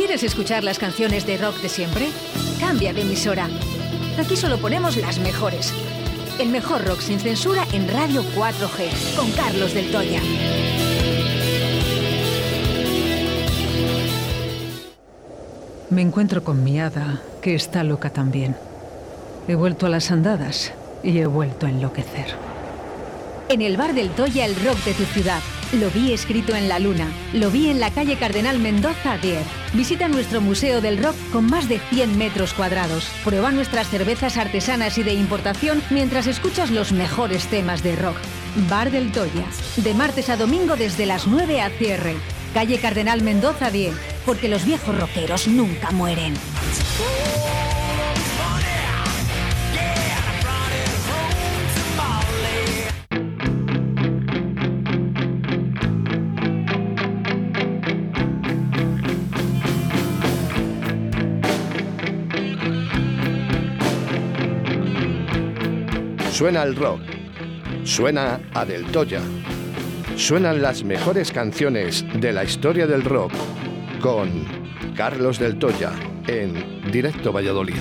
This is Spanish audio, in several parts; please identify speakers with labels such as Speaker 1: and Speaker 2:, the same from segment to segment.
Speaker 1: ¿Quieres escuchar las canciones de rock de siempre? Cambia de emisora. Aquí solo ponemos las mejores. El mejor rock sin censura en Radio 4G, con Carlos del Toya.
Speaker 2: Me encuentro con mi hada, que está loca también. He vuelto a las andadas y he vuelto a enloquecer.
Speaker 1: En el bar del Toya, el rock de tu ciudad. Lo vi escrito en la luna. Lo vi en la calle Cardenal Mendoza 10. Visita nuestro Museo del Rock con más de 100 metros cuadrados. Prueba nuestras cervezas artesanas y de importación mientras escuchas los mejores temas de rock. Bar del Toya. De martes a domingo desde las 9 a cierre. Calle Cardenal Mendoza 10. Porque los viejos rockeros nunca mueren.
Speaker 3: Suena el rock, suena a Del Toya, suenan las mejores canciones de la historia del rock con Carlos del Toya en Directo Valladolid.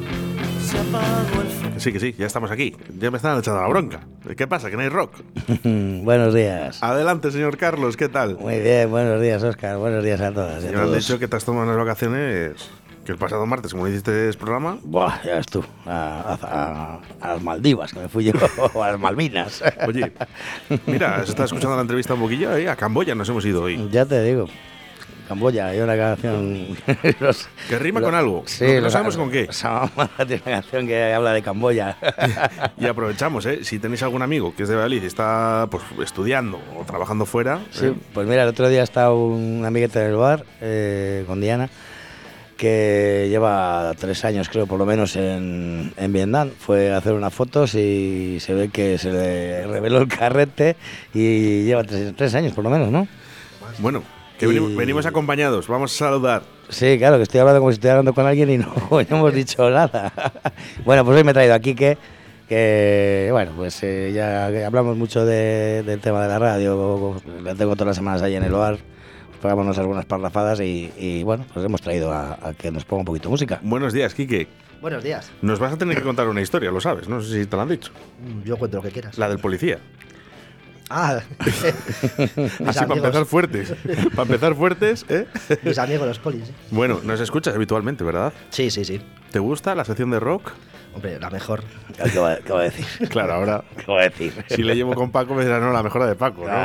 Speaker 4: Que sí, ya estamos aquí. Ya me están echando la bronca. ¿Qué pasa? ¿Que no hay rock?
Speaker 5: Buenos días.
Speaker 4: Adelante, señor Carlos, ¿qué tal?
Speaker 5: Muy bien, buenos días, Óscar. Buenos días a todas.
Speaker 4: Me han dicho que te has tomado unas vacaciones... Que el pasado martes, como hiciste el programa...
Speaker 5: Buah, ya ves tú, a las Maldivas, que me fui yo, o a las Malvinas.
Speaker 4: Oye, mira, se está escuchando la entrevista un poquillo, a Camboya nos hemos ido hoy.
Speaker 5: Ya te digo, Camboya, hay una canción...
Speaker 4: que rima con algo,
Speaker 5: sí,
Speaker 4: no sabemos con qué.
Speaker 5: Tiene una canción que habla de Camboya.
Speaker 4: Y aprovechamos, si tenéis algún amigo que es de Valladolid y está pues, estudiando o trabajando fuera...
Speaker 5: Sí, pues mira, el otro día estaba un amiguete en el bar, con Diana, que lleva 3 años, creo, por lo menos, en Vietnam. Fue a hacer unas fotos y se ve que se le reveló el carrete y lleva 3 años, por lo menos, ¿no?
Speaker 4: Bueno, que venimos acompañados, vamos a saludar.
Speaker 5: Sí, claro, que estoy hablando como si estuviera hablando con alguien y no hemos dicho nada. Bueno, pues hoy me he traído a Quique, que, bueno, pues ya hablamos mucho del tema de la radio, la tengo todas las semanas ahí en el bar. Pagámonos algunas parrafadas y bueno, pues hemos traído a que nos ponga un poquito de música.
Speaker 4: Buenos días, Quique.
Speaker 6: Buenos días.
Speaker 4: Nos vas a tener que contar una historia, lo sabes, no sé si te lo han dicho.
Speaker 6: Yo cuento lo que quieras.
Speaker 4: La del policía.
Speaker 6: Ah,
Speaker 4: así para empezar fuertes. Para empezar fuertes, ¿eh?
Speaker 6: Mis amigos los polis. ¿Eh?
Speaker 4: Bueno, nos escuchas habitualmente, ¿verdad?
Speaker 6: Sí.
Speaker 4: ¿Te gusta la sección de rock?
Speaker 6: Hombre, la mejor.
Speaker 5: ¿Qué va a decir?
Speaker 4: Claro, ahora.
Speaker 5: ¿Qué va a decir?
Speaker 4: Si le llevo con Paco, me dirá, no, la mejor de Paco, ¿no?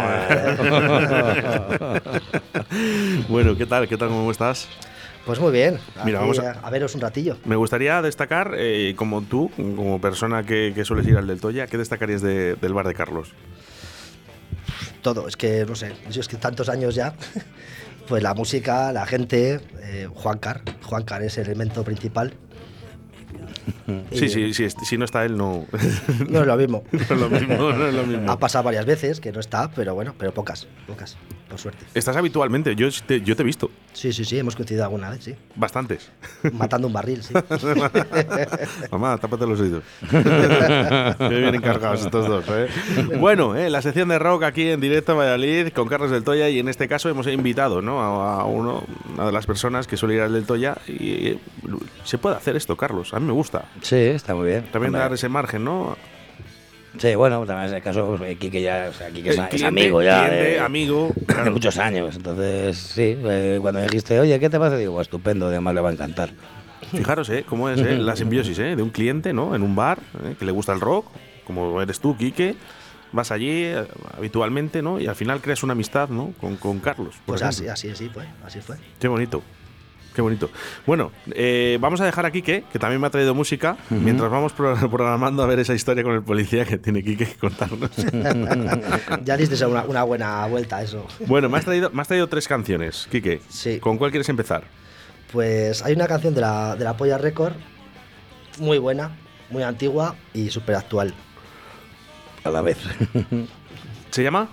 Speaker 4: Bueno, ¿qué tal? ¿Cómo estás?
Speaker 6: Pues muy bien.
Speaker 4: Mira, vamos
Speaker 6: a veros un ratillo.
Speaker 4: Me gustaría destacar, como tú, como persona que sueles ir al del Toya, ¿qué destacarías del bar de Carlos?
Speaker 6: Todo, es que, no sé, yo es que tantos años ya, pues la música, la gente, Juancar es el elemento principal.
Speaker 4: Sí, si no está él, no.
Speaker 6: No es lo mismo.
Speaker 4: No es lo mismo.
Speaker 6: Ha pasado varias veces que no está, pero bueno, pero pocas, por suerte.
Speaker 4: ¿Estás habitualmente? Yo te he visto.
Speaker 6: Sí, hemos coincidido alguna vez, sí.
Speaker 4: Bastantes.
Speaker 6: Matando un barril, sí.
Speaker 4: Mamá, tápate los oídos. Qué bien encargados estos dos, ¿eh? Bueno, la sección de rock aquí en Directo a Valladolid con Carlos del Toya, y en este caso hemos invitado, ¿no?, a una de las personas que suele ir al del Toya, y se puede hacer esto, Carlos. A mí me gusta.
Speaker 5: Sí, está muy bien.
Speaker 4: También dar ese margen, ¿no?
Speaker 5: Sí, bueno, también en ese caso, Quique ya, o sea, Quique es
Speaker 4: cliente,
Speaker 5: amigo ya.
Speaker 4: Amigo.
Speaker 5: Claro. De muchos años. Entonces, sí, cuando me dijiste, oye, ¿qué te pasa? Digo, estupendo, además le va a encantar.
Speaker 4: Fijaros, cómo es la simbiosis, de un cliente, ¿no?, en un bar, que le gusta el rock, como eres tú, Quique. Vas allí habitualmente, ¿no?, y al final creas una amistad, ¿no?, con Carlos.
Speaker 6: Pues así fue.
Speaker 4: Qué bonito. Qué bonito. Bueno, vamos a dejar a Quique, que también me ha traído música, mientras vamos programando a ver esa historia con el policía que tiene Quique que contarnos.
Speaker 6: Ya diste una buena vuelta a eso.
Speaker 4: Bueno, me has traído 3 canciones, Quique.
Speaker 6: Sí.
Speaker 4: ¿Con cuál quieres empezar?
Speaker 6: Pues hay una canción de la Polla Record, muy buena, muy antigua y súper actual.
Speaker 5: A la vez.
Speaker 4: ¿Se llama?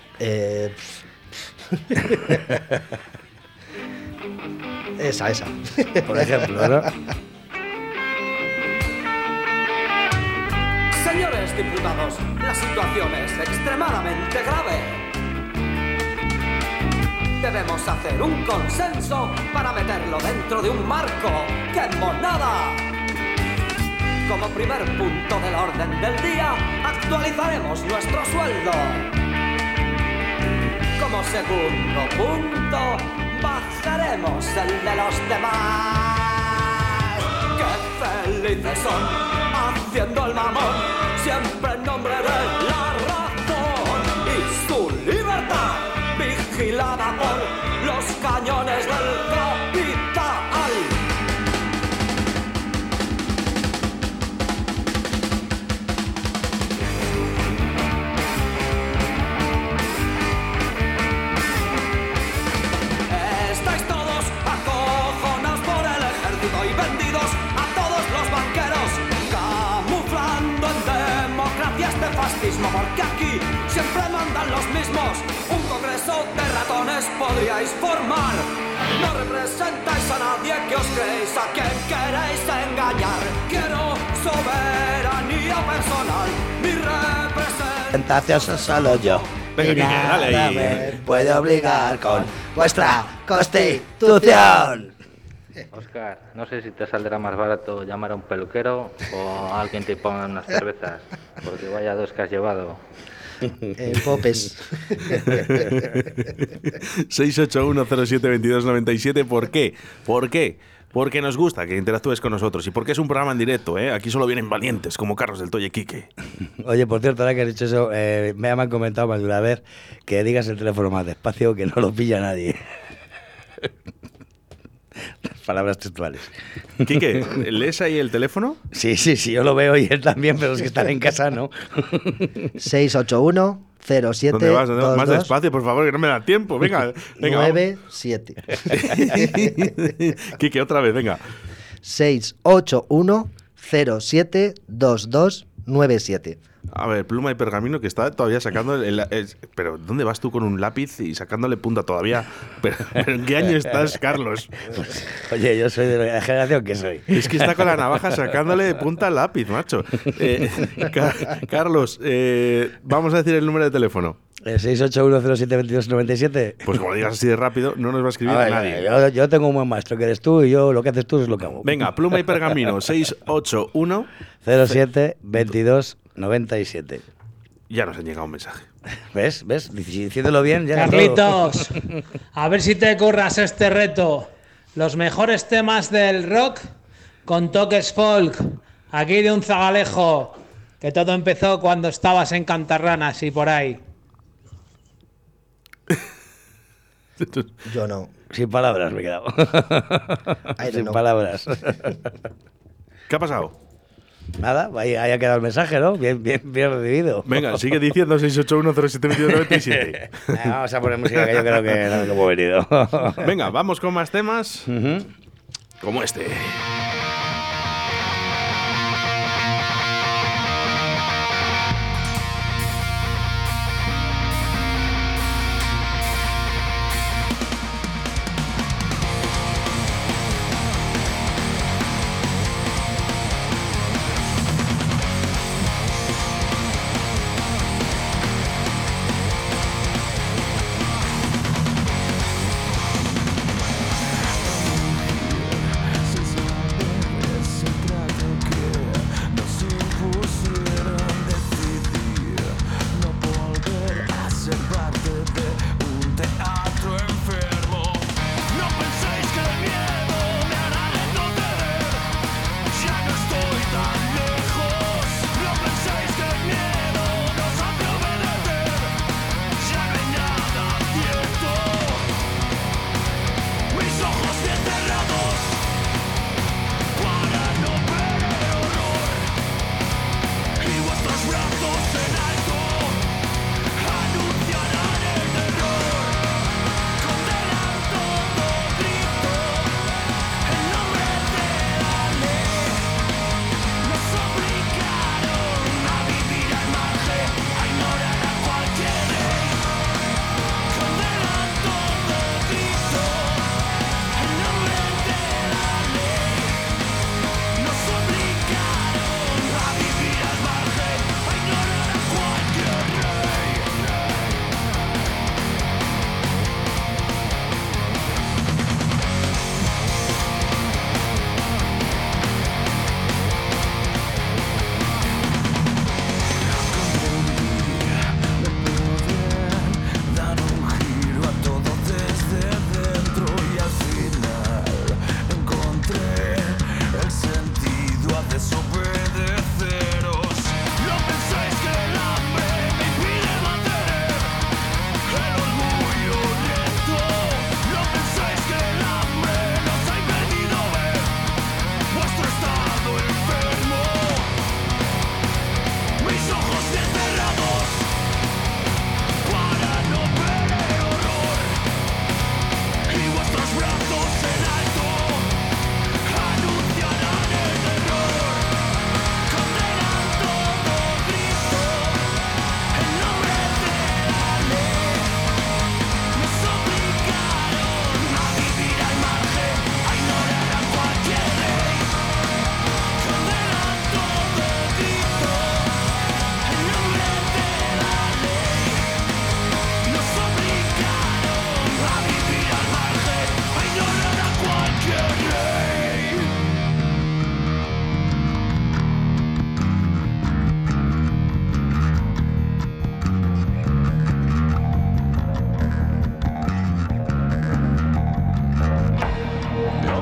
Speaker 6: Esa.
Speaker 5: Por ejemplo, ¿no?
Speaker 7: Señores diputados, la situación es extremadamente grave. debemos hacer un consenso para meterlo dentro de un marco. ¡Qué monada! Como primer punto del orden del día, actualizaremos nuestro sueldo. Como segundo punto, bajaremos el de los demás. ¡Qué felices son haciendo el mamón! Siempre en nombre de la razón y su libertad, vigilada por los cañones del capital. Estáis todos acojonados por el ejército y vendidos a todos los banqueros, camuflando en democracia este fascismo, porque aquí siempre mandan los mismos. Un congreso de ratones podríais formar. No representáis a nadie que os creéis, a quien queréis engañar. Quiero soberanía personal, mi
Speaker 6: Presentación solo yo.
Speaker 4: Venga,
Speaker 6: Y
Speaker 4: Quique,
Speaker 6: nada
Speaker 4: dale ahí.
Speaker 6: me puede obligar con vuestra constitución.
Speaker 8: Óscar, no sé si te saldrá más barato llamar a un peluquero o a alguien te ponga unas cervezas, porque vaya dos que has llevado.
Speaker 6: Popes.
Speaker 4: 681072297. ¿Por qué? ¿Por qué? Porque nos gusta que interactúes con nosotros y porque es un programa en directo, ¿eh? Aquí solo vienen valientes como Carlos del Toya y Quique.
Speaker 5: Oye, por cierto, ahora que has dicho eso, me han comentado más de una vez que digas el teléfono más despacio, que no lo pilla nadie. Palabras textuales.
Speaker 4: Quique, ¿lees ahí el teléfono?
Speaker 5: Sí, yo lo veo y él también, pero es que están en casa, ¿no?
Speaker 6: 681 07
Speaker 4: ¿Dónde vas? Más despacio, por favor, que no me da tiempo. Venga.
Speaker 6: 97.
Speaker 4: Quique, otra vez, venga.
Speaker 6: 681 07 2297.
Speaker 4: A ver, pluma y pergamino que está todavía sacando pero ¿dónde vas tú con un lápiz y sacándole punta todavía? ¿Pero en qué año estás, Carlos?
Speaker 5: Oye, yo soy de la generación que soy.
Speaker 4: Es que está con la navaja sacándole punta al lápiz, macho. Carlos, vamos a decir el número de teléfono.
Speaker 5: 681072297.
Speaker 4: Pues como lo digas así de rápido, no nos va a escribir
Speaker 5: A ver,
Speaker 4: nadie.
Speaker 5: yo tengo un buen maestro que eres tú y yo lo que haces tú es lo que hago.
Speaker 4: Venga, pluma y pergamino, 681
Speaker 5: 072297.
Speaker 4: Ya nos ha llegado un mensaje.
Speaker 5: ¿Ves? Diciéndolo bien, ya
Speaker 9: Carlitos, a ver si te curras este reto. Los mejores temas del rock con toques folk. Aquí de un zagalejo, que todo empezó cuando estabas en Cantarranas y por ahí.
Speaker 6: Yo no.
Speaker 5: Sin palabras me he quedado. Sin
Speaker 6: no.
Speaker 5: palabras.
Speaker 4: ¿Qué ha pasado?
Speaker 5: Nada, ahí ha quedado el mensaje, ¿no? Bien recibido.
Speaker 4: Venga, sigue diciendo 681072297.
Speaker 5: Vamos a poner música que yo creo que no hemos venido.
Speaker 4: Venga, vamos con más temas. Como este.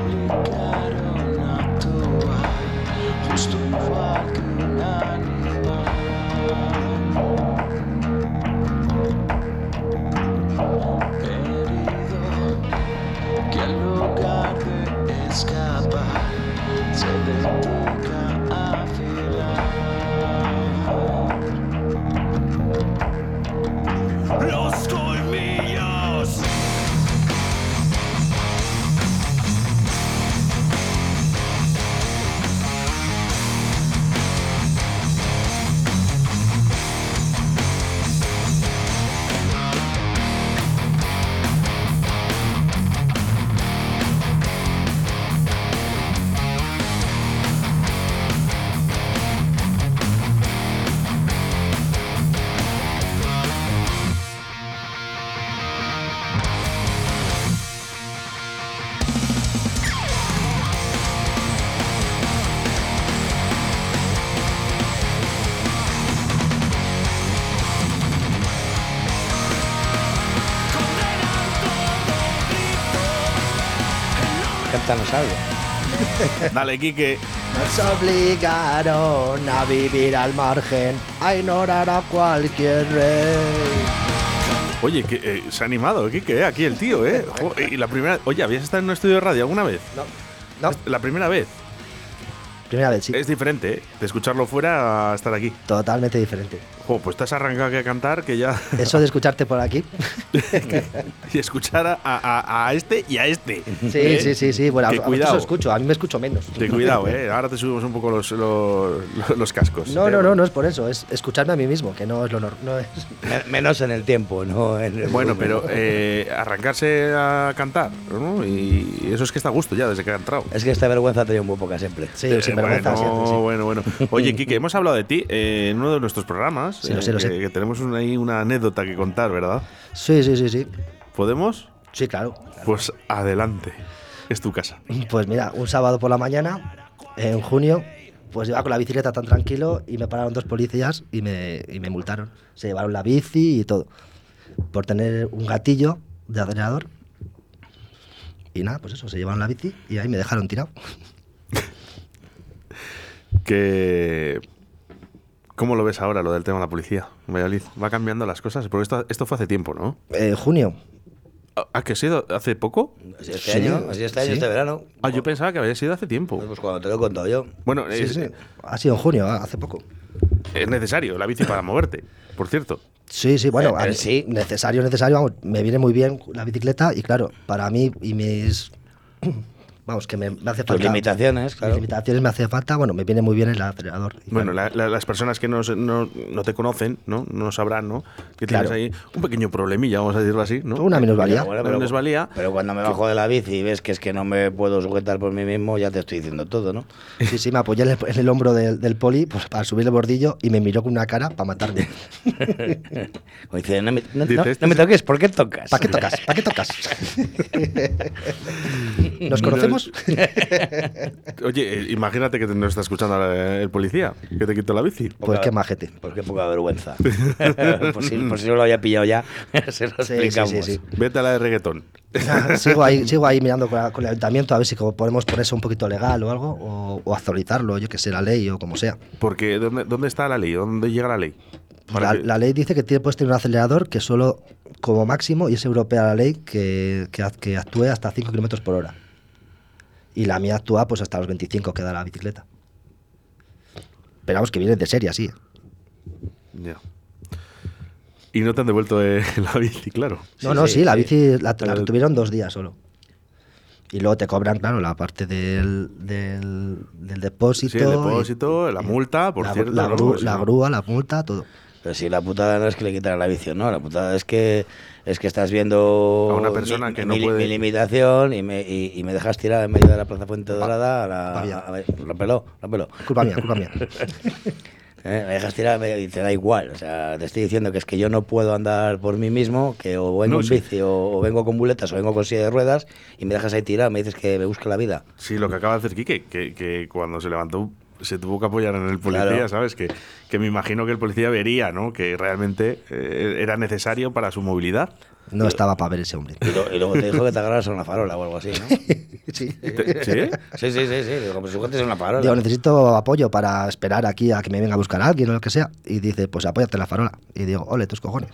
Speaker 10: obligaron a actuar justo igual que un animal. Herido, que en lugar de escapar se dedica a afilar. Los colmillos.
Speaker 5: Cántanos algo.
Speaker 4: Dale, Quique.
Speaker 6: Nos obligaron a vivir al margen, a ignorar a cualquier rey.
Speaker 4: Oye, que se ha animado, Quique, aquí el tío, ¿eh? Y la primera... Oye, ¿habías estado en un estudio de radio alguna vez?
Speaker 6: No.
Speaker 4: La primera vez.
Speaker 6: Primera vez, sí.
Speaker 4: Es diferente, ¿eh? De escucharlo fuera a estar aquí.
Speaker 6: Totalmente diferente.
Speaker 4: Jo, pues te has arrancado aquí a cantar que ya...
Speaker 6: Eso de escucharte por aquí.
Speaker 4: Y escuchar a este y a este.
Speaker 6: Sí, sí. Bueno,
Speaker 4: que
Speaker 6: a
Speaker 4: cuidado.
Speaker 6: lo escucho, a mí me escucho menos.
Speaker 4: Ten cuidado, ¿eh? Ahora te subimos un poco los cascos.
Speaker 6: No es por eso, es escucharme a mí mismo, que no es lo no es.
Speaker 5: Menos en el tiempo, ¿no? En el
Speaker 4: Bueno,
Speaker 5: volumen.
Speaker 4: pero arrancarse a cantar, ¿no? Y eso es que está a gusto ya desde que ha entrado.
Speaker 5: Es que esta vergüenza ha tenido muy poca siempre.
Speaker 6: Sí, sin vergüenza siempre, sí.
Speaker 4: Bueno. Oye, Quique, hemos hablado de ti en uno de nuestros programas.
Speaker 6: Sí, lo sé.
Speaker 4: Que tenemos ahí una anécdota que contar, ¿verdad?
Speaker 6: Sí.
Speaker 4: ¿Podemos?
Speaker 6: Sí, claro.
Speaker 4: Pues adelante. Es tu casa.
Speaker 6: Pues mira, un sábado por la mañana, en junio, pues iba con la bicicleta tan tranquilo y me pararon dos policías y me multaron. Se llevaron la bici y todo. Por tener un gatillo de acelerador. Y nada, pues eso, se llevaron la bici y ahí me dejaron tirado.
Speaker 4: ¿Cómo lo ves ahora, lo del tema de la policía en Valladolid? ¿Va cambiando las cosas? Porque esto fue hace tiempo, ¿no?
Speaker 6: Junio.
Speaker 4: ¿Ha que ha sido hace poco?
Speaker 5: Así este año, este verano.
Speaker 4: Yo pensaba que había sido hace tiempo.
Speaker 5: Pues cuando te lo he contado yo.
Speaker 4: Bueno,
Speaker 6: Sí. Ha sido en junio, hace poco.
Speaker 4: Es necesario la bici para moverte, por cierto.
Speaker 6: Sí, bueno,
Speaker 5: sí.
Speaker 6: Necesario, vamos, me viene muy bien la bicicleta y claro, para mí y mis... Vamos, que me hace falta...
Speaker 5: Tus limitaciones, claro.
Speaker 6: Mis limitaciones me hace falta, bueno, me viene muy bien el acelerador. Y
Speaker 4: Bueno,
Speaker 6: claro,
Speaker 4: las personas que no te conocen, no sabrán, ¿no? Que tienes
Speaker 6: Claro.
Speaker 4: ahí un pequeño problemilla, vamos a decirlo así, ¿no?
Speaker 6: Una minusvalía.
Speaker 5: Bueno,
Speaker 4: Una minusvalía.
Speaker 5: Pero cuando me bajo de la bici y ves que es que no me puedo sujetar por mí mismo, ya te estoy diciendo todo, ¿no?
Speaker 6: Sí, me apoyé en el hombro del poli pues, para subir el bordillo y me miró con una cara para matarme.
Speaker 5: O dice, no me
Speaker 4: Dice,
Speaker 5: toques, ¿por qué tocas?
Speaker 6: ¿Para qué tocas? ¿Nos conocemos?
Speaker 4: Oye, imagínate que nos está escuchando el policía, que te quitó la bici.
Speaker 6: Pues qué majete.
Speaker 5: Pues qué poca vergüenza. por si no lo había pillado ya, se lo explicamos.
Speaker 6: Sí.
Speaker 4: Vete a la de reggaetón.
Speaker 6: sigo ahí mirando con el ayuntamiento a ver si podemos ponerse un poquito legal o algo, o actualizarlo, yo que sé, la ley o como sea.
Speaker 4: Porque ¿dónde está la ley? ¿Dónde llega la ley?
Speaker 6: La ley dice que puedes tener un acelerador que solo como máximo, y es europea la ley, que actúe hasta 5 km por hora. Y la mía actúa pues hasta los 25 que da la bicicleta. Pero vamos, que viene de serie así.
Speaker 4: Ya. Y no te han devuelto la bici, claro.
Speaker 6: Sí, la bici la retuvieron 2 días solo. Y luego te cobran, claro, la parte del depósito.
Speaker 4: Sí, el depósito, la multa, por cierto.
Speaker 6: La grúa, la multa, todo.
Speaker 5: Pero si la putada no es que le quitaran la bici, ¿no? La putada es que estás viendo
Speaker 4: a una persona que no puede...
Speaker 5: mi limitación y me dejas tirar en medio de la Plaza Fuente Dorada la peló.
Speaker 6: Culpa mía.
Speaker 5: Me dejas tirar y te da igual. O sea, te estoy diciendo que es que yo no puedo andar por mí mismo, que o vengo en bici o vengo con muletas o vengo con silla de ruedas y me dejas ahí tirado, me dices que me busque la vida.
Speaker 4: Sí, lo que acaba de hacer Quique, que cuando se levantó se tuvo que apoyar en el policía,
Speaker 5: claro.
Speaker 4: ¿sabes? Que me imagino que el policía vería, ¿no? Que realmente era necesario para su movilidad.
Speaker 6: No estaba para ver ese hombre.
Speaker 5: Y luego te dijo que te agarras a una farola o algo así, ¿no?
Speaker 6: Sí.
Speaker 4: ¿Sí?
Speaker 5: Sí. Digo, pues sujétese a una farola.
Speaker 6: Digo, necesito apoyo para esperar aquí a que me venga a buscar a alguien o lo que sea. Y dice, pues apóyate en la farola. Y digo, ole, tus cojones.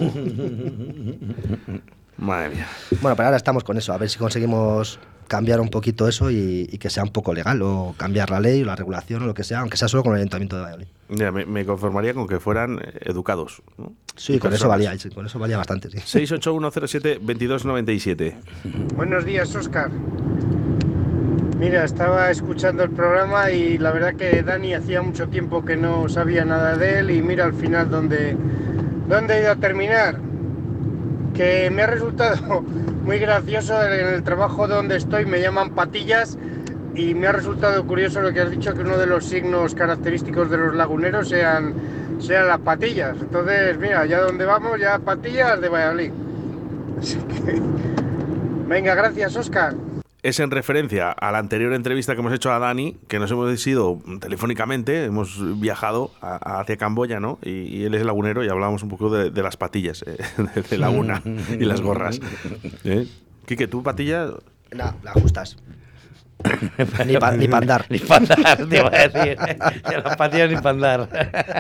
Speaker 4: Madre mía.
Speaker 6: Bueno, pero ahora estamos con eso, a ver si conseguimos cambiar un poquito eso y que sea un poco legal, o cambiar la ley o la regulación o lo que sea, aunque sea solo con el Ayuntamiento de Valladolid.
Speaker 4: Ya, me conformaría con que fueran educados, ¿no?
Speaker 6: Sí, con eso valía bastante, sí.
Speaker 4: 681072297.
Speaker 11: Buenos días, Óscar. Mira, estaba escuchando el programa y la verdad que Dani hacía mucho tiempo que no sabía nada de él, y mira al final dónde he ido a terminar. Que me ha resultado muy gracioso en el trabajo donde estoy, me llaman patillas, y me ha resultado curioso lo que has dicho, que uno de los signos característicos de los laguneros sean las patillas. Entonces, mira, ya donde vamos, ya patillas de Valladolid. Así que, venga, gracias, Óscar.
Speaker 4: Es en referencia a la anterior entrevista que hemos hecho a Dani, que nos hemos ido telefónicamente, hemos viajado hacia Camboya, ¿no? Y él es lagunero y hablábamos un poco de las patillas de laguna y las gorras. Quique, ¿tú patillas?
Speaker 6: No, las justas. ni para andar.
Speaker 5: Ni para andar, te iba a decir. Las patillas ni para andar.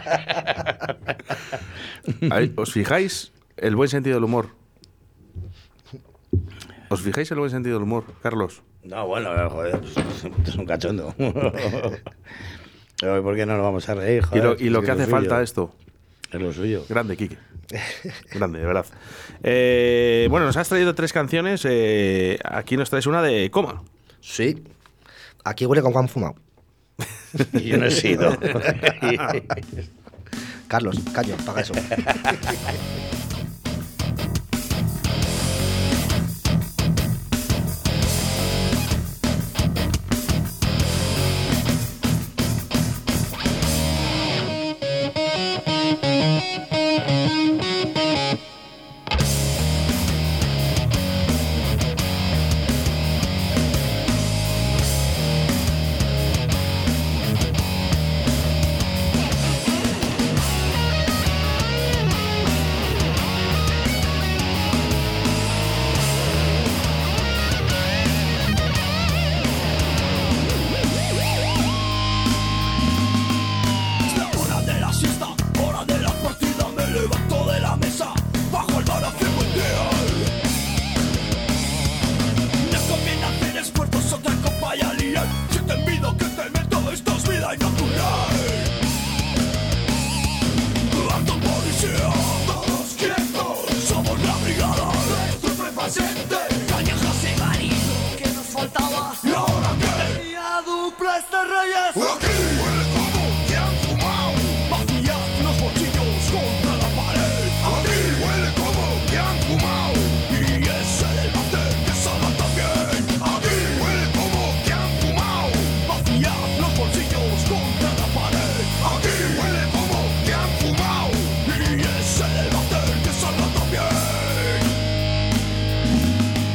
Speaker 4: ¿Os fijáis el buen sentido del humor? ¿Os fijáis el buen sentido del humor, Carlos?
Speaker 5: No, bueno, joder, pues, es un cachondo. Pero ¿por qué no nos vamos a reír, joder?
Speaker 4: Y lo que hace falta esto.
Speaker 5: Es lo suyo.
Speaker 4: Grande, Quique. Grande, de verdad. Bueno, nos has traído 3 canciones. Aquí nos traes una de Coma.
Speaker 6: Sí. Aquí huele con Juan fumado.
Speaker 5: Y yo no he sido.
Speaker 6: Carlos, caño, paga eso.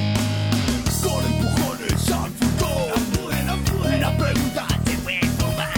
Speaker 7: Una pregunta te puede tomar.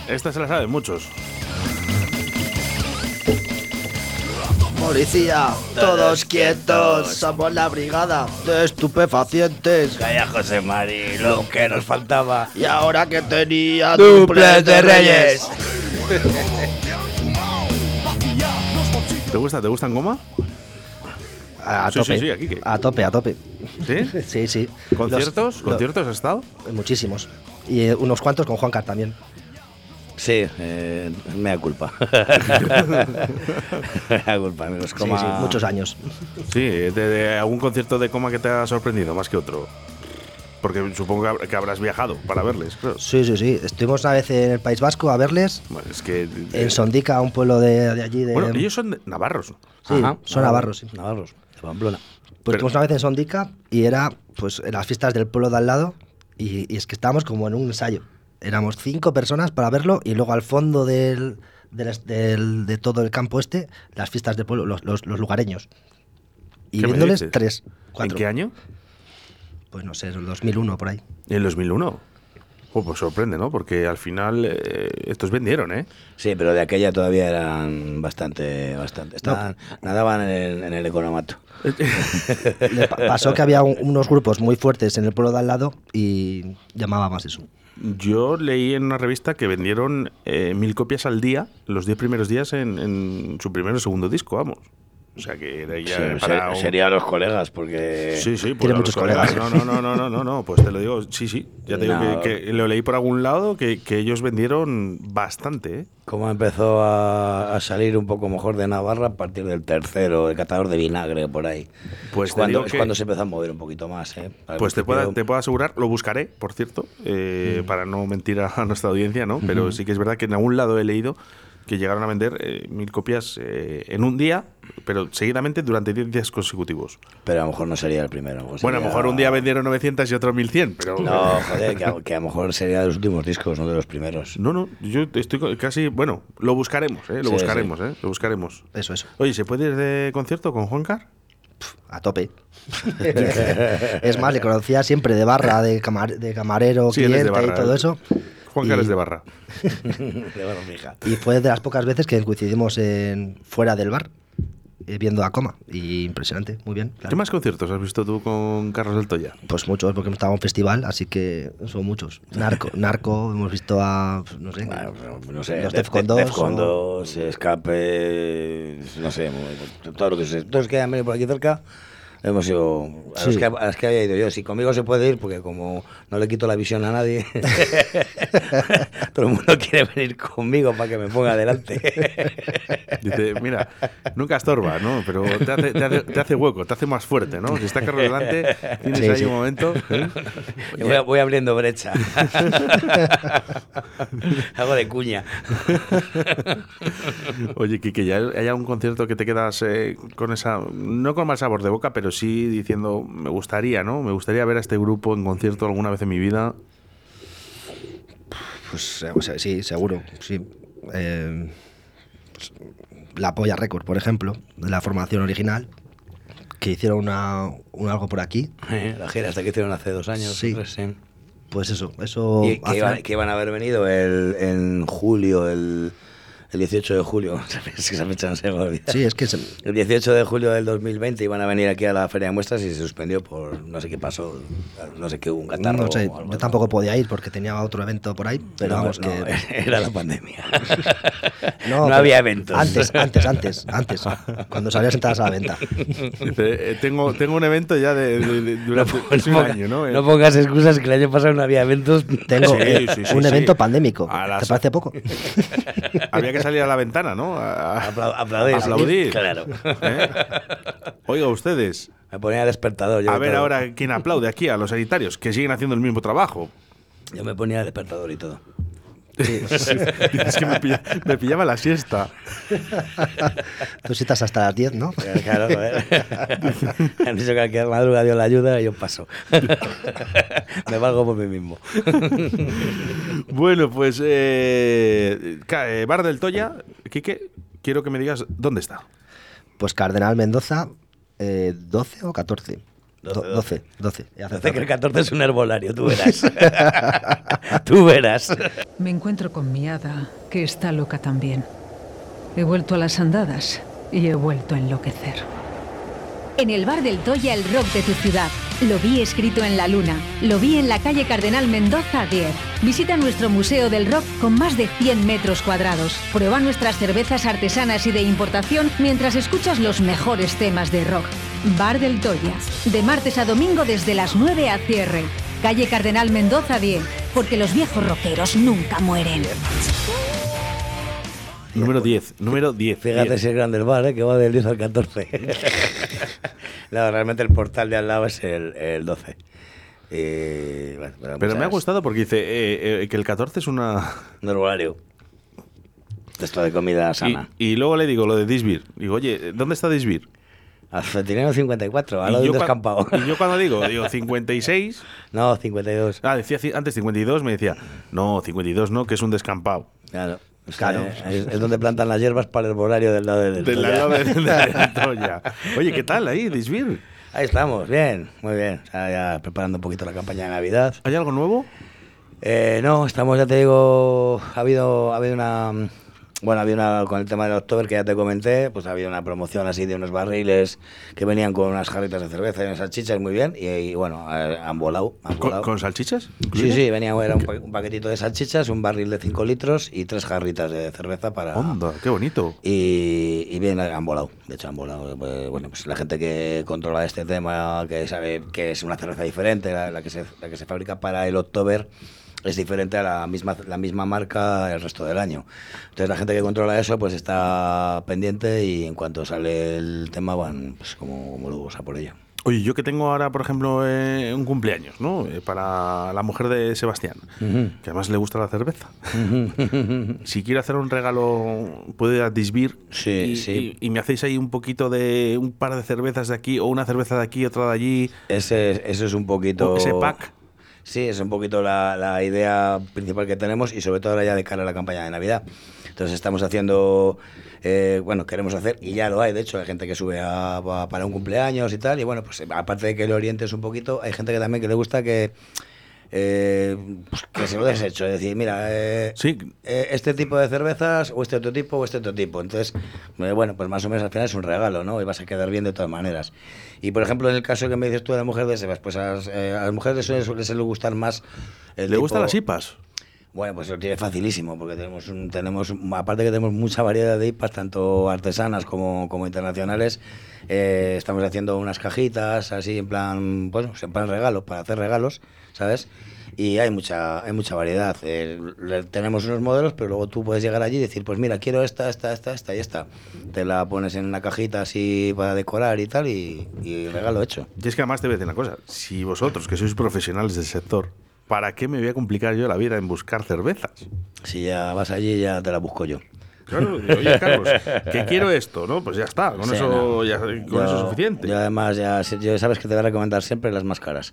Speaker 4: Esta se la saben muchos.
Speaker 6: Policía, todos quietos, somos la brigada de estupefacientes.
Speaker 5: Calla, José Mari, lo que nos faltaba.
Speaker 6: Y ahora que tenía
Speaker 5: ¡Duples de Reyes!
Speaker 4: ¿Te gustan Goma?
Speaker 6: A
Speaker 4: Sí,
Speaker 6: tope,
Speaker 4: sí, aquí que-
Speaker 6: a tope.
Speaker 4: ¿Sí?
Speaker 6: Sí, sí.
Speaker 4: ¿Conciertos? ¿Conciertos has estado?
Speaker 6: Muchísimos. Y unos cuantos con Juan Car también.
Speaker 5: Sí, me da culpa. Me da culpa, amigos.
Speaker 6: Sí, sí, muchos años.
Speaker 4: Sí, de algún concierto de Coma que te ha sorprendido más que otro. Porque supongo que habrás viajado para verles, claro.
Speaker 6: Sí. Estuvimos una vez en el País Vasco a verles.
Speaker 4: Bueno, es que
Speaker 6: En Sondica, un pueblo de allí.
Speaker 4: Bueno, ellos son navarros.
Speaker 6: Sí, son navarros, sí.
Speaker 5: Navarros, de Pamplona.
Speaker 6: Pues estuvimos una vez en Sondica y era pues en las fiestas del pueblo de al lado y es que estábamos como en un ensayo. Éramos 5 personas para verlo y luego al fondo de todo el campo las fiestas del pueblo, los lugareños. Y
Speaker 4: ¿Qué me
Speaker 6: viéndoles
Speaker 4: dices?
Speaker 6: 3, 4.
Speaker 4: ¿En qué año?
Speaker 6: Pues no sé, el 2001 por ahí.
Speaker 4: En el 2001. Pues sorprende, ¿no? Porque al final estos vendieron, ¿eh?
Speaker 5: Sí, pero de aquella todavía eran bastante. Nadaban en el economato.
Speaker 6: Pasó que había unos grupos muy fuertes en el pueblo de al lado y llamaba más eso.
Speaker 4: Yo leí en una revista que vendieron 1000 copias al día, los 10 primeros días en su primer o segundo disco, vamos. O sea que era ya
Speaker 5: Sí,
Speaker 4: para
Speaker 5: serían los colegas, porque.
Speaker 4: Sí, pues
Speaker 6: tiene muchos colegas.
Speaker 4: No, pues te lo digo, sí. Ya te digo
Speaker 5: No.
Speaker 4: que lo leí por algún lado que ellos vendieron bastante, ¿eh?
Speaker 5: Como empezó a salir un poco mejor de Navarra a partir del tercero, el catador de vinagre por ahí.
Speaker 4: Pues
Speaker 5: es
Speaker 4: te digo
Speaker 5: cuando,
Speaker 4: que-
Speaker 5: cuando se empezó a mover un poquito más. Al
Speaker 4: Pues te
Speaker 5: principio-
Speaker 4: puedo asegurar, lo buscaré, por cierto, para no mentir a nuestra audiencia, ¿no? Pero sí que es verdad que en algún lado he leído que llegaron a vender 1000 copias en un día, pero seguidamente durante 10 días consecutivos.
Speaker 5: Pero a lo mejor no sería el primero.
Speaker 4: Bueno, a
Speaker 5: sería-
Speaker 4: lo mejor un día vendieron 900 y otro 1100, pero...
Speaker 5: No, joder, que a lo mejor sería de los últimos discos, no de los primeros.
Speaker 4: No, yo estoy casi... Bueno, lo buscaremos, ¿eh? Lo
Speaker 5: Sí,
Speaker 4: buscaremos, ¿eh? Lo buscaremos.
Speaker 6: Eso.
Speaker 4: Oye, ¿se puede ir de concierto con Juan Car?
Speaker 6: A tope. Es más, le conocía siempre de barra, de camarero,
Speaker 4: Sí, él es de
Speaker 6: cliente y
Speaker 4: barra,
Speaker 6: todo
Speaker 4: él.
Speaker 6: eso.
Speaker 4: Juan Car
Speaker 6: Y-
Speaker 4: es de barra.
Speaker 5: De barra mija.
Speaker 6: Y fue de las pocas veces que coincidimos fuera del bar, viendo a Coma. Y impresionante, muy bien. Claro.
Speaker 4: ¿Qué más conciertos has visto tú con Carlos del Toya?
Speaker 6: Pues muchos, porque estaba en un festival, así que son muchos. Narco, hemos visto a, no sé,
Speaker 5: Bueno, no sé,
Speaker 6: los Defcon 2.
Speaker 5: Defcon 2, Escape, no sé, todo lo que sé. Todos los que hayan venido por aquí cerca, hemos ido a,
Speaker 6: Sí.
Speaker 5: a los que había ido yo. Si conmigo se puede ir, porque como no le quito la visión a nadie, todo el mundo quiere venir conmigo para que me ponga adelante.
Speaker 4: Dice, mira, nunca estorba, ¿no? Pero te hace hueco, te hace más fuerte, ¿no? Si está Carlos delante, tienes
Speaker 6: Sí,
Speaker 4: ahí
Speaker 6: sí.
Speaker 4: un momento. ¿eh?
Speaker 5: Voy abriendo brecha. Hago de cuña.
Speaker 4: Oye, Quique, ¿ya hay algún concierto que te quedas con esa, no con mal sabor de boca, pero sí diciendo, me gustaría, ¿no? Me gustaría ver a este grupo en concierto alguna vez en mi vida?
Speaker 6: Pues o sea, sí, seguro, sí. Pues, la Polla Record, por ejemplo, de la formación original, que hicieron algo por aquí.
Speaker 5: La gira hasta que hicieron hace 2 años.
Speaker 6: Sí.
Speaker 5: 3, sí.
Speaker 6: Pues eso.
Speaker 5: Y que iban a haber venido en julio, el 18 de julio. Es que esa fecha no se me olvida.
Speaker 6: Sí, es que
Speaker 5: El 18 de julio del 2020 iban a venir aquí a la Feria de Muestras y se suspendió por no sé qué pasó, no sé qué, hubo un catarro.
Speaker 6: no sé,
Speaker 5: o algo.
Speaker 6: yo tampoco podía ir porque tenía otro evento por ahí, pero
Speaker 5: No,
Speaker 6: vamos
Speaker 5: no,
Speaker 6: que.
Speaker 5: era la pandemia.
Speaker 6: No,
Speaker 5: No
Speaker 6: pero
Speaker 5: había eventos.
Speaker 6: Antes, cuando salías entradas a la venta.
Speaker 4: Dice, tengo un evento ya durante un año, ¿no?
Speaker 5: No pongas excusas que el año pasado no había eventos.
Speaker 6: Tengo
Speaker 4: Sí,
Speaker 6: un
Speaker 4: sí.
Speaker 6: evento pandémico.
Speaker 4: A las-
Speaker 6: ¿Te parece poco?
Speaker 4: Había que salir a la ventana, ¿no?
Speaker 5: Aplaudir.
Speaker 4: Aplaudir.
Speaker 5: Claro.
Speaker 4: ¿Eh? Oiga, ustedes,
Speaker 5: Me ponía despertador. Yo
Speaker 4: a
Speaker 5: de
Speaker 4: ver
Speaker 5: todo.
Speaker 4: ahora quién aplaude aquí a los sanitarios, que siguen haciendo el mismo trabajo.
Speaker 5: Yo me ponía despertador y todo.
Speaker 4: Es que me pillaba la siesta.
Speaker 6: Tú citas hasta las 10, ¿no?
Speaker 5: Claro, joder. Han dicho que al que madruga Dios la ayuda y yo paso. Me valgo por mí mismo.
Speaker 4: Bueno, pues Bar del Toya, Quique, quiero que me digas dónde está.
Speaker 6: Pues Cardenal Mendoza, 12 o 14. 12.
Speaker 5: Hace que el 14 es un herbolario, tú verás. Tú verás.
Speaker 2: Me encuentro con mi hada, que está loca también. He vuelto a las andadas y he vuelto a enloquecer.
Speaker 1: En el bar del Toya, el rock de tu ciudad. Lo vi escrito en la luna. Lo vi en la calle Cardenal Mendoza 10. Visita nuestro Museo del Rock con más de 100 metros cuadrados. Prueba nuestras cervezas artesanas y de importación mientras escuchas los mejores temas de rock. Bar del Toya. De martes a domingo desde las 9 a cierre. Calle Cardenal Mendoza 10. Porque los viejos rockeros nunca mueren.
Speaker 4: Número 10.
Speaker 5: Fíjate si es grande el bar, que va del 10 al 14. No, realmente el portal de al lado es el 12.
Speaker 4: Pero me ha gustado porque dice que el 14 es un
Speaker 5: herbolario. Esto de comida sana.
Speaker 4: Y luego le digo lo de Disbir. Digo, oye, ¿dónde está Disbir?
Speaker 5: Al Centineo 54, al lado de un descampado.
Speaker 4: Y yo cuando digo 56...
Speaker 5: No, 52.
Speaker 4: Decía antes 52, me decía, no, 52 no, que es un descampado.
Speaker 5: Claro. Es donde plantan las hierbas para el herbolario del lado del
Speaker 4: Toya. Oye, ¿qué tal ahí, Disbir?
Speaker 5: Ahí estamos, bien, muy bien. O sea, ya preparando un poquito la campaña de Navidad.
Speaker 4: ¿Hay algo nuevo?
Speaker 5: No, estamos, ya te digo, ha habido una... Bueno, había una, con el tema del October que ya te comenté, pues había una promoción así de unos barriles que venían con unas jarritas de cerveza y unas salchichas, muy bien, y bueno, han volado.
Speaker 4: ¿Con salchichas?
Speaker 5: Sí, venía, era un paquetito de salchichas, un barril de 5 litros y 3 jarritas de cerveza para...
Speaker 4: ¡Onda, qué bonito!
Speaker 5: Y bien, han volado, de hecho han volado. Bueno, pues la gente que controla este tema, que sabe que es una cerveza diferente, la que se fabrica para el October, es diferente a la misma marca el resto del año. Entonces la gente que controla eso pues está pendiente y en cuanto sale el tema van pues como lobos a por ello.
Speaker 4: Oye, yo que tengo ahora, por ejemplo, un cumpleaños, ¿no? Para la mujer de Sebastián, que además le gusta la cerveza. Si quiero hacer un regalo, puedo ir a Disbir y me hacéis ahí un poquito de un par de cervezas de aquí, o una cerveza de aquí, otra de allí.
Speaker 5: Eso es un poquito...
Speaker 4: Ese pack.
Speaker 5: Sí, es un poquito la idea principal que tenemos y sobre todo ahora ya de cara a la campaña de Navidad. Entonces estamos haciendo, queremos hacer, y ya lo hay, de hecho, hay gente que sube para un cumpleaños y tal, y bueno, pues aparte de que le orientes un poquito, hay gente que también que le gusta que se lo des hecho, es decir, mira, este tipo de cervezas o este otro tipo. Entonces, pues más o menos al final es un regalo, ¿no? Y vas a quedar bien de todas maneras. Y por ejemplo, en el caso que me dices tú de la mujer de Sebas, pues a las mujeres les suele gustar más
Speaker 4: ¿Le gustan las IPAs?
Speaker 5: Bueno, pues lo tiene facilísimo, porque tenemos aparte que tenemos mucha variedad de IPAs, tanto artesanas como internacionales. Estamos haciendo unas cajitas así en plan regalo, para hacer regalos, ¿sabes? Y hay mucha variedad. Tenemos unos modelos, pero luego tú puedes llegar allí y decir, pues mira, quiero esta y esta. Te la pones en una cajita así para decorar y tal, y regalo hecho.
Speaker 4: Y es que además te voy a decir una cosa, si vosotros, que sois profesionales del sector, ¿para qué me voy a complicar yo la vida en buscar cervezas?
Speaker 5: Si ya vas allí, ya te la busco yo.
Speaker 4: Claro, oye Carlos, que quiero esto, ¿no? Pues ya está, con eso es suficiente.
Speaker 5: Y además, ya sabes que te voy a recomendar siempre las más caras.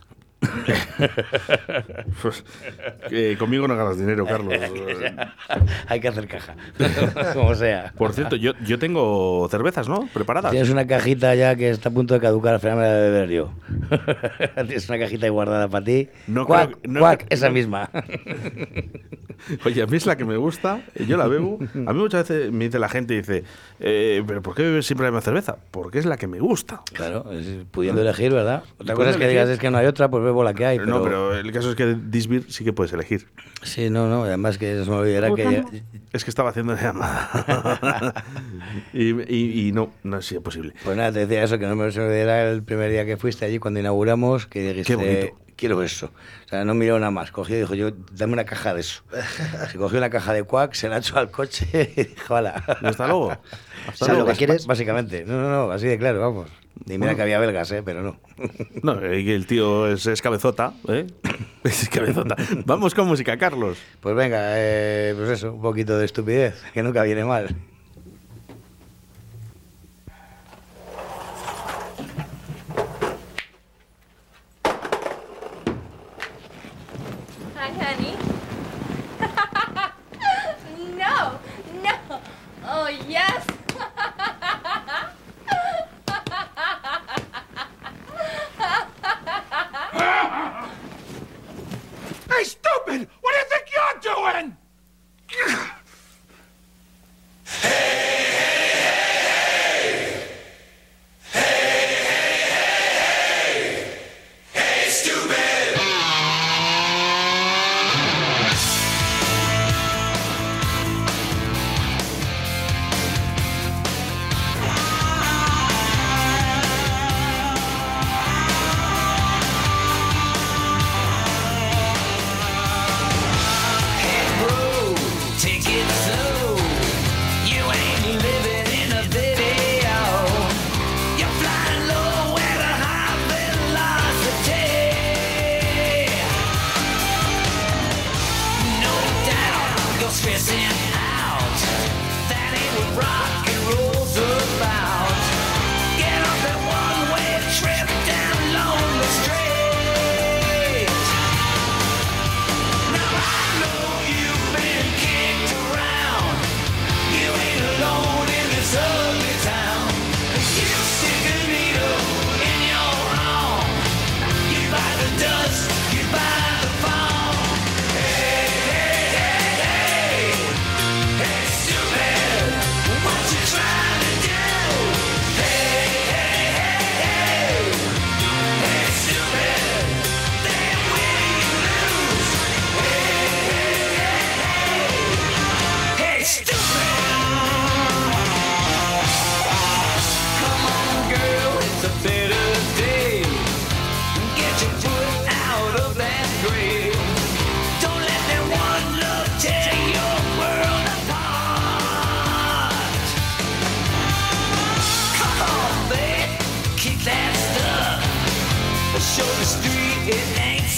Speaker 4: Pues, conmigo no ganas dinero, Carlos.
Speaker 5: Hay que hacer caja, como sea.
Speaker 4: Por cierto, yo tengo cervezas, ¿no? Preparadas.
Speaker 5: Tienes una cajita ya que está a punto de caducar, al final me la de beber yo. Tienes una cajita ahí guardada para ti. Esa misma.
Speaker 4: Oye, a mí es la que me gusta, yo la bebo. A mí muchas veces me dice la gente, dice, ¿pero por qué bebes siempre la misma cerveza? Porque es la que me gusta.
Speaker 5: Claro, pudiendo elegir, ¿verdad? Otra cosa es que digas, es que no hay otra, pues bebo la que hay. Pero...
Speaker 4: No, pero el caso es que Disbir sí que puedes elegir.
Speaker 5: Sí, no, además que se me olvidará que...
Speaker 4: Es que estaba haciendo una llamada. y no ha sido posible.
Speaker 5: Pues nada, te decía eso, que no me olvidará el primer día que fuiste allí cuando inauguramos, que dijiste...
Speaker 4: Qué bonito.
Speaker 5: Quiero eso. O sea, no miró nada más. Cogió y dijo, dame una caja de eso. Se cogió una caja de Quack, se la echó al coche y dijo, hala.
Speaker 4: ¿Hasta luego?
Speaker 6: ¿Sabes lo que quieres?
Speaker 5: Básicamente. No, así de claro, vamos. Y mira que había belgas, pero no.
Speaker 4: No, el tío es cabezota, ¿eh? Es cabezota. Vamos con música, Carlos.
Speaker 5: Pues venga, pues eso, un poquito de estupidez, que nunca viene mal.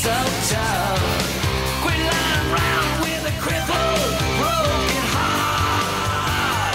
Speaker 7: so tough. Quit lying around with a crippled, broken heart.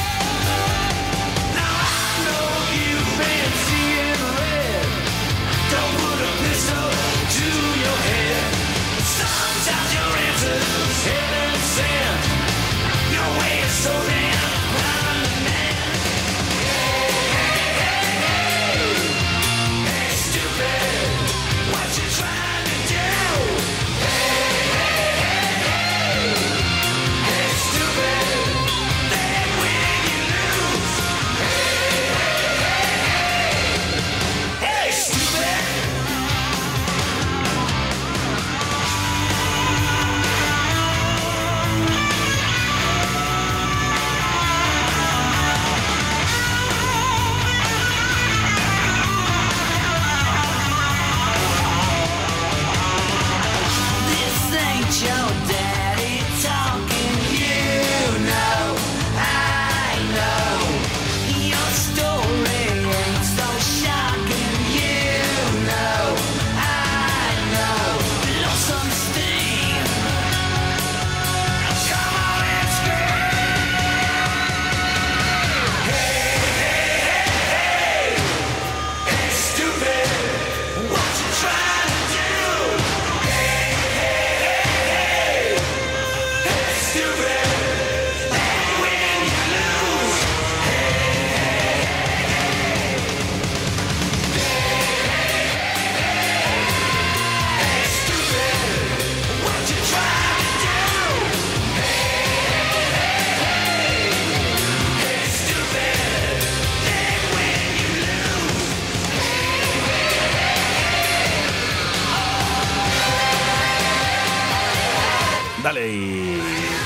Speaker 7: Now I know you've been seeing red. Don't put a pistol to your head. Sometimes your answer's heaven sent. Your way is so damn blind and mad. Hey, hey, hey, hey. Hey, stupid, what you trying to do? Hey, hey, hey, hey. Hey, stupid, then when you lose. Hey, hey, hey, hey. Hey, stupid. This ain't your daddy talking, you know, I know. Your story ain't so shocking, you know, I know. Blow some steam. Come on and scream. Hey, hey, hey, hey. Hey, stupid, what you trying to do? Hey, hey, hey, hey. Hey, stupid, and when you lose. Hey, hey, hey, hey. Hey, stupid, what you trying to do? Hey, hey, hey. Hey, stupid, and when you lose.
Speaker 4: Dale y...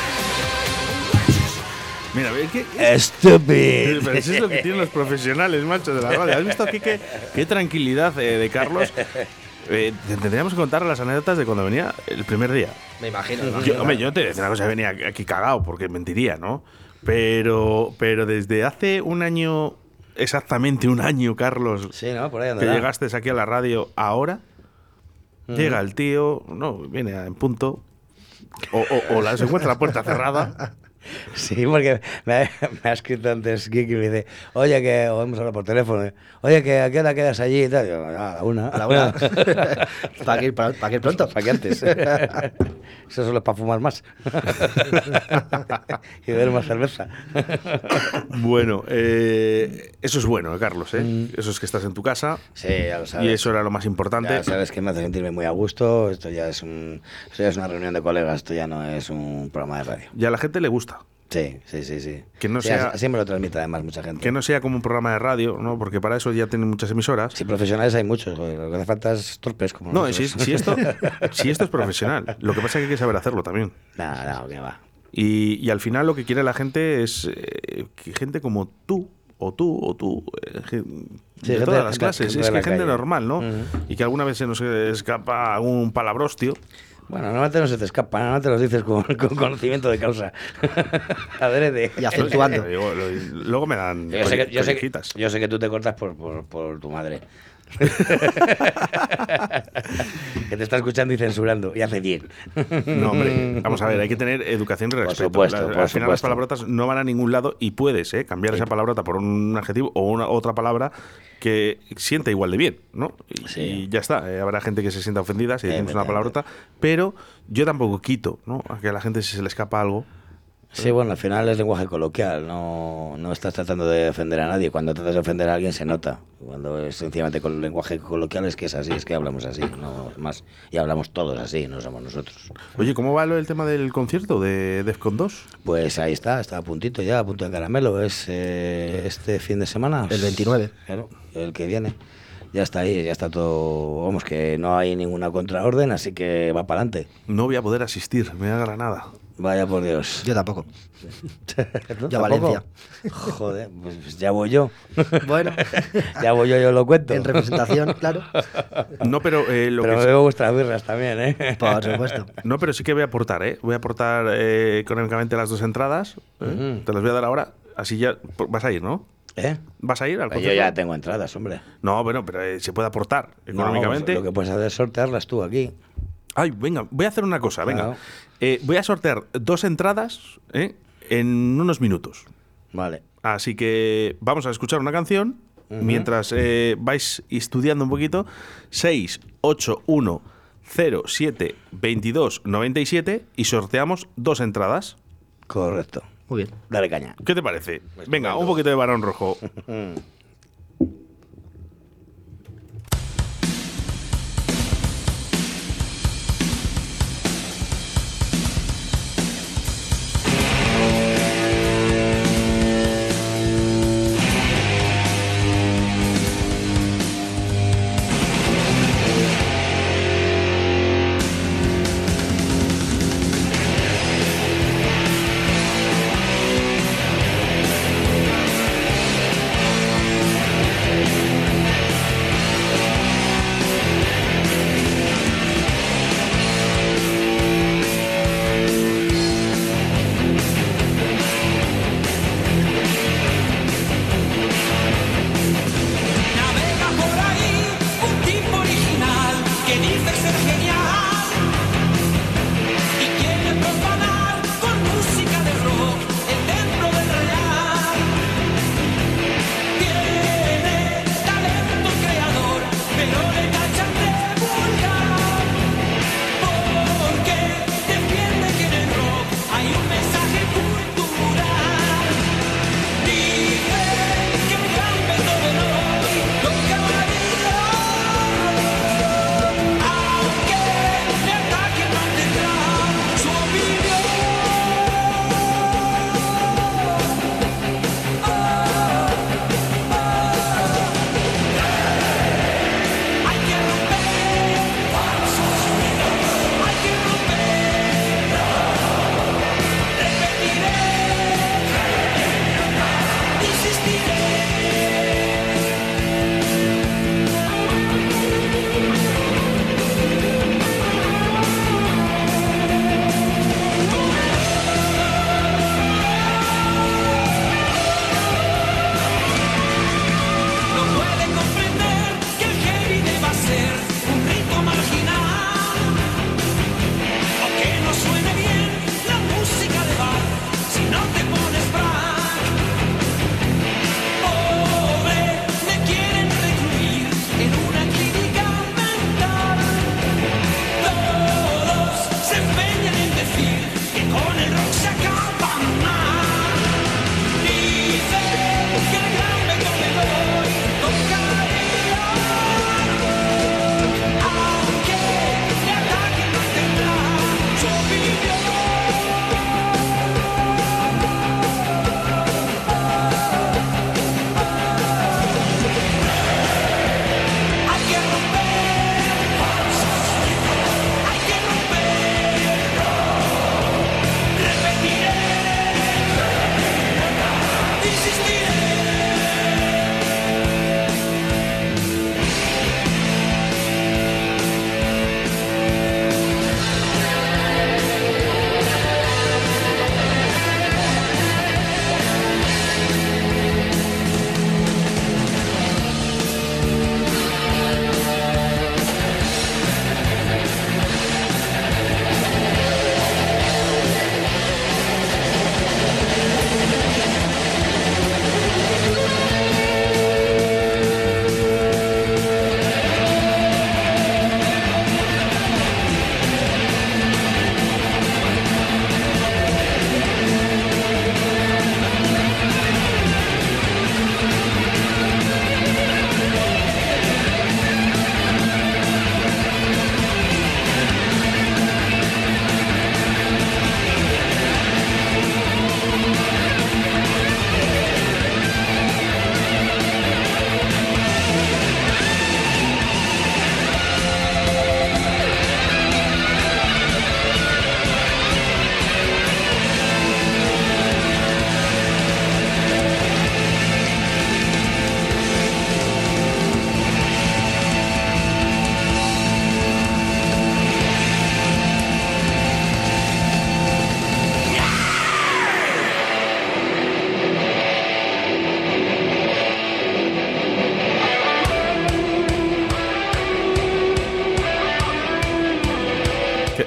Speaker 4: Mira, ¿ves qué?
Speaker 5: Estúpido.
Speaker 4: Pero eso es lo que tienen los profesionales, macho, de la radio. ¿Has visto aquí qué tranquilidad de Carlos? Tendríamos que contar las anécdotas de cuando venía el primer día.
Speaker 6: Me imagino.
Speaker 4: Yo no te decía una cosa, venía aquí cagado, porque mentiría, ¿no? Pero desde hace un año, exactamente un año, Carlos,
Speaker 5: Sí, ¿no? Por ahí
Speaker 4: que
Speaker 5: andará.
Speaker 4: llegaste aquí a la radio ahora, llega el tío, no, viene en punto, o se encuentra la puerta cerrada.
Speaker 5: Sí, porque me ha escrito antes Kiki y me dice, oye, que o hemos hablado por teléfono, oye, que a qué hora quedas allí y tal. Yo, a la una.
Speaker 6: A la una. ¿Para qué ir pronto?
Speaker 5: ¿Para qué antes? Eso solo es para fumar más. Y beber más cerveza.
Speaker 4: Bueno, eso es bueno, Carlos, ¿eh? Eso es que estás en tu casa.
Speaker 5: Sí, ya lo sabes.
Speaker 4: Y eso era lo más importante.
Speaker 5: Ya sabes que me hace sentirme muy a gusto. Esto ya es una reunión de colegas, esto ya no es un programa de radio.
Speaker 4: Y a la gente le gusta.
Speaker 5: Sí.
Speaker 4: Que no
Speaker 5: Sí,
Speaker 4: sea,
Speaker 5: siempre lo transmite además mucha gente.
Speaker 4: que no sea como un programa de radio, ¿no? Porque para eso ya tienen muchas emisoras.
Speaker 5: Sí, profesionales hay muchos, joder, lo que hace falta es torpes como
Speaker 4: No,
Speaker 5: nosotros.
Speaker 4: si esto es profesional. Lo que pasa es que hay que saber hacerlo también.
Speaker 5: No, que va.
Speaker 4: Y al final lo que quiere la gente es que gente como tú, o tú, de
Speaker 5: gente-
Speaker 4: todas las
Speaker 5: gente-
Speaker 4: clases.
Speaker 5: gente
Speaker 4: Es
Speaker 5: de
Speaker 4: que
Speaker 5: la
Speaker 4: gente
Speaker 5: calle.
Speaker 4: normal, ¿no? Y que alguna vez se nos escapa algún palabrostio.
Speaker 5: Bueno, normalmente no se te escapa, normalmente los dices con conocimiento de causa. Adrede.
Speaker 6: Y acentuando.
Speaker 4: Luego me dan
Speaker 5: Yo sé
Speaker 4: collejitas.
Speaker 5: que tú te cortas por tu madre. Que te está escuchando y censurando, y hace bien.
Speaker 4: No, hombre, vamos a ver, hay que tener educación y respeto.
Speaker 5: supuesto,
Speaker 4: Al
Speaker 5: por
Speaker 4: final las
Speaker 5: supuesto.
Speaker 4: palabrotas no van a ningún lado y puedes cambiar esa palabrota por un adjetivo o otra palabra que sienta igual de bien, ¿no? Y ya está. Habrá gente que se sienta ofendida si decimos una palabrota, pero yo tampoco quito, ¿no? A que a la gente si se le escapa algo.
Speaker 5: Sí, bueno, al final es lenguaje coloquial, no estás tratando de ofender a nadie. Cuando tratas de ofender a alguien se nota. Cuando es sencillamente con el lenguaje coloquial es que es así, es que hablamos así, no más. Y hablamos todos así, no somos nosotros.
Speaker 4: Oye, ¿cómo va el tema del concierto de Defcon 2?
Speaker 5: Pues ahí está a puntito ya, a punto de caramelo. Es este fin de semana.
Speaker 6: El 29.
Speaker 5: Claro, el que viene. Ya está ahí, ya está todo. Vamos, que no hay ninguna contraorden, así que va para adelante.
Speaker 4: No voy a poder asistir, me da Granada.
Speaker 5: Vaya por Dios.
Speaker 6: Yo tampoco.
Speaker 5: ¿Tú
Speaker 6: Yo a
Speaker 5: tampoco?
Speaker 6: Valencia.
Speaker 5: Joder, pues ya voy yo.
Speaker 6: Bueno.
Speaker 5: Ya voy yo lo cuento.
Speaker 6: En representación, claro.
Speaker 4: No, pero
Speaker 5: Pero me bebo vuestras birras también, ¿eh?
Speaker 6: Por supuesto.
Speaker 4: No, pero sí que voy a aportar, ¿eh? Voy a aportar económicamente las 2 entradas. Te las voy a dar ahora. Así ya vas a ir, ¿no?
Speaker 5: ¿Eh?
Speaker 4: ¿Vas a ir al
Speaker 5: Yo
Speaker 4: concierto?
Speaker 5: ya tengo entradas, hombre.
Speaker 4: No, bueno, pero se puede aportar económicamente.
Speaker 5: No, lo que puedes hacer es sortearlas tú aquí.
Speaker 4: Ay, venga, voy a hacer una cosa, venga.
Speaker 5: Claro.
Speaker 4: Voy a sortear 2 entradas en unos minutos.
Speaker 5: Vale.
Speaker 4: Así que vamos a escuchar una canción mientras vais estudiando un poquito. 681 07 22 97 y sorteamos 2 entradas.
Speaker 5: Correcto.
Speaker 6: Muy bien.
Speaker 5: Dale caña.
Speaker 4: ¿Qué te parece? Venga, un poquito de Barón Rojo.
Speaker 7: Thank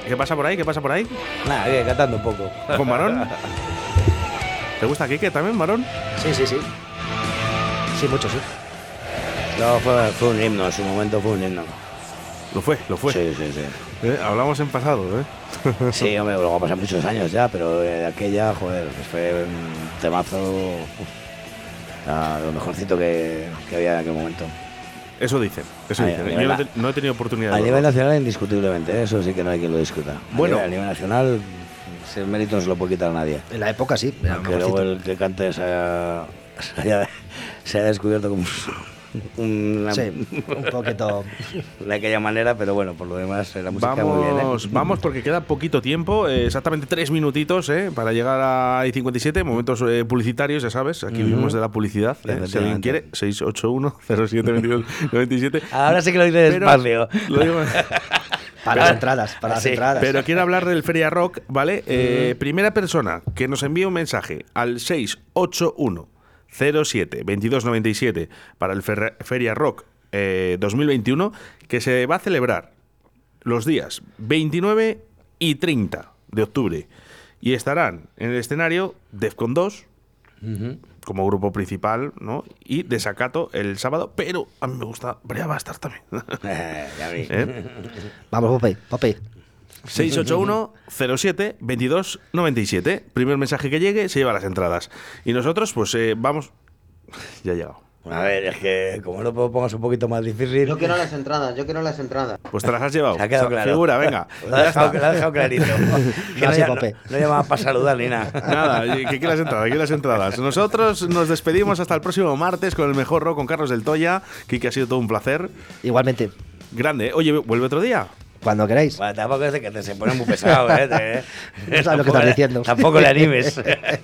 Speaker 4: ¿Qué pasa por ahí? ¿Qué pasa por ahí?
Speaker 5: Nada, bien, cantando un poco.
Speaker 4: ¿Con Marón? ¿Te gusta Quique también, Marón?
Speaker 6: Sí. Sí, mucho, sí.
Speaker 5: No, fue un himno, en su momento fue un himno.
Speaker 4: Lo fue.
Speaker 5: Sí.
Speaker 4: Hablamos en pasado, ¿eh?
Speaker 5: Sí, hombre, luego pasan muchos años ya, pero de aquella, joder, pues fue un temazo, lo mejorcito que había en aquel momento.
Speaker 4: Eso dicen. Yo no he tenido oportunidad de
Speaker 5: A
Speaker 4: verlo.
Speaker 5: nivel nacional, indiscutiblemente, eso sí que no hay quien lo discuta.
Speaker 4: Bueno.
Speaker 5: A nivel nacional, ese mérito no se lo puede quitar a nadie.
Speaker 6: En la época sí.
Speaker 5: Aunque luego el que cante se haya descubierto como
Speaker 6: Sí, un poquito.
Speaker 5: de aquella manera, pero bueno, por lo demás la música muy bien, ¿eh?
Speaker 4: Vamos porque queda poquito tiempo, exactamente 3 minutitos para llegar a I57, momentos publicitarios, ya sabes, aquí vivimos de la publicidad. Si alguien quiere, 681-07-22-97.
Speaker 5: Ahora sí que lo dices despacio.
Speaker 4: Lo digo,
Speaker 6: Para las entradas,
Speaker 4: Pero quiero hablar del Feria Rock, ¿vale? Primera persona que nos envíe un mensaje al 681-07-2297 para el Feria Rock 2021, que se va a celebrar los días 29 y 30 de octubre. Y estarán en el escenario Defcon 2, como grupo principal, ¿no? Y Desacato el sábado, pero a mí me gusta, Brea va a estar también.
Speaker 5: Ya vi.
Speaker 6: Vamos, Pope.
Speaker 4: 681-07-2297. Primer mensaje que llegue se lleva las entradas. Y nosotros, pues vamos. Ya ha llegado.
Speaker 5: A ver, es que como lo pongas un poquito más difícil.
Speaker 12: Yo quiero las entradas.
Speaker 4: Pues te las has llevado.
Speaker 5: Se ha quedado claro.
Speaker 4: Figura, venga.
Speaker 5: Lo ha dejado clarito. Que no llamaba para saludar ni nada.
Speaker 4: Nada, que quieras entradas. Nosotros nos despedimos hasta el próximo martes con el mejor rock con Carlos del Toya. Kike, ha sido todo un placer.
Speaker 6: Igualmente.
Speaker 4: Grande. Oye, ¿vuelve otro día?
Speaker 6: Cuando queráis.
Speaker 5: Bueno, tampoco es de que se pone muy pesado, ¿eh?
Speaker 6: No sabes lo que estás diciendo.
Speaker 5: Tampoco le animes.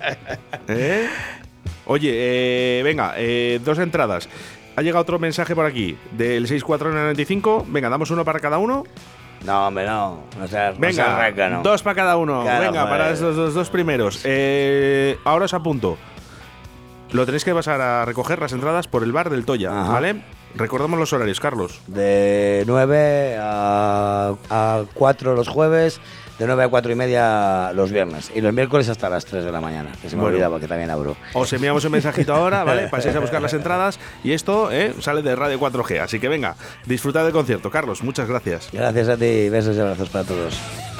Speaker 4: Oye, venga, 2 entradas. Ha llegado otro mensaje por aquí del 64995. Venga, damos uno para cada uno.
Speaker 5: No, hombre, no. O sea,
Speaker 4: venga,
Speaker 5: arranca, ¿no?
Speaker 4: 2 para cada uno.
Speaker 5: Claro,
Speaker 4: venga, para esos dos primeros. Ahora os apunto. Lo tenéis que pasar a recoger las entradas por el bar del Toya, ¿vale? Recordamos los horarios, Carlos.
Speaker 5: De 9 a 4 los jueves, de 9 a 4 y media los viernes. Y los miércoles hasta las 3 de la mañana, que se me olvidaba que también abro.
Speaker 4: Os enviamos un mensajito ahora, ¿vale? Paséis a buscar las entradas y esto sale de Radio 4G. Así que venga, disfrutad del concierto. Carlos, muchas gracias.
Speaker 5: Gracias a ti, besos y abrazos para todos.